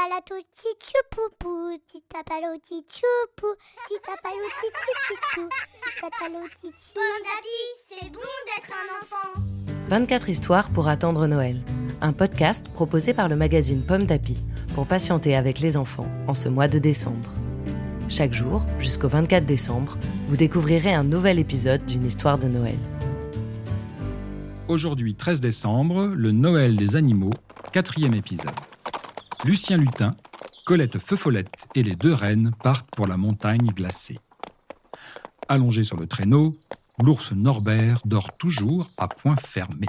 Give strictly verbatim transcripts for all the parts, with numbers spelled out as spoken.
tapalato tchou-pou-pou, titapalo tchou-pou, titapalo tchou-pou, titapalo tchou. Pomme d'Api, c'est bon d'être un enfant. vingt-quatre histoires pour attendre Noël. Un podcast proposé par le magazine Pomme d'Api pour patienter avec les enfants en ce mois de décembre. Chaque jour, jusqu'au vingt-quatre décembre, vous découvrirez un nouvel épisode d'une histoire de Noël. Aujourd'hui, treize décembre, le Noël des animaux, quatrième épisode. Lucien Lutin, Colette Feufolette et les deux rennes partent pour la montagne glacée. Allongé sur le traîneau, l'ours Norbert dort toujours à poing fermé.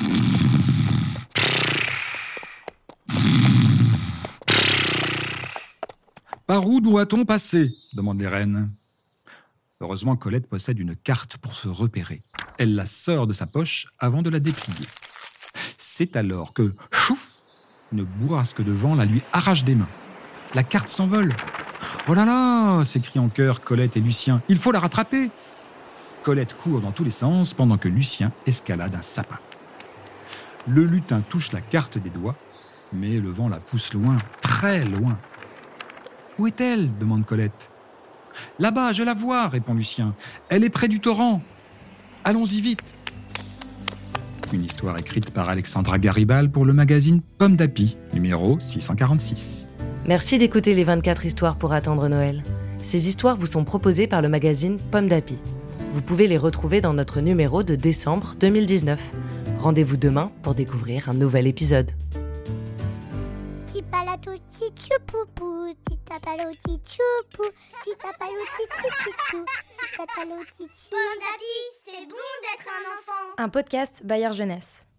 Par où doit-on passer ? Demandent les rennes. Heureusement, Colette possède une carte pour se repérer. Elle la sort de sa poche avant de la déplier. C'est alors que, chouf, une bourrasque de vent la lui arrache des mains. La carte s'envole. « Oh là là !» s'écrient en chœur Colette et Lucien. « Il faut la rattraper !» Colette court dans tous les sens pendant que Lucien escalade un sapin. Le lutin touche la carte des doigts, mais le vent la pousse loin, très loin. « Où est-elle ?» demande Colette. « Là-bas, je la vois !» répond Lucien. « Elle est près du torrent. Allons-y vite !» Une histoire écrite par Alexandra Garibal pour le magazine Pomme d'Api, numéro six cent quarante-six. Merci d'écouter les vingt-quatre histoires pour attendre Noël. Ces histoires vous sont proposées par le magazine Pomme d'Api. Vous pouvez les retrouver dans notre numéro de décembre deux mille dix-neuf. Rendez-vous demain pour découvrir un nouvel épisode. Tipalato tchou-pou-pou, titapalo tchou-pou, titapalo tchou-pou, titapalo tchou. Pomme d'Api, c'est bon d'être un enfant. Un podcast Bayer Jeunesse.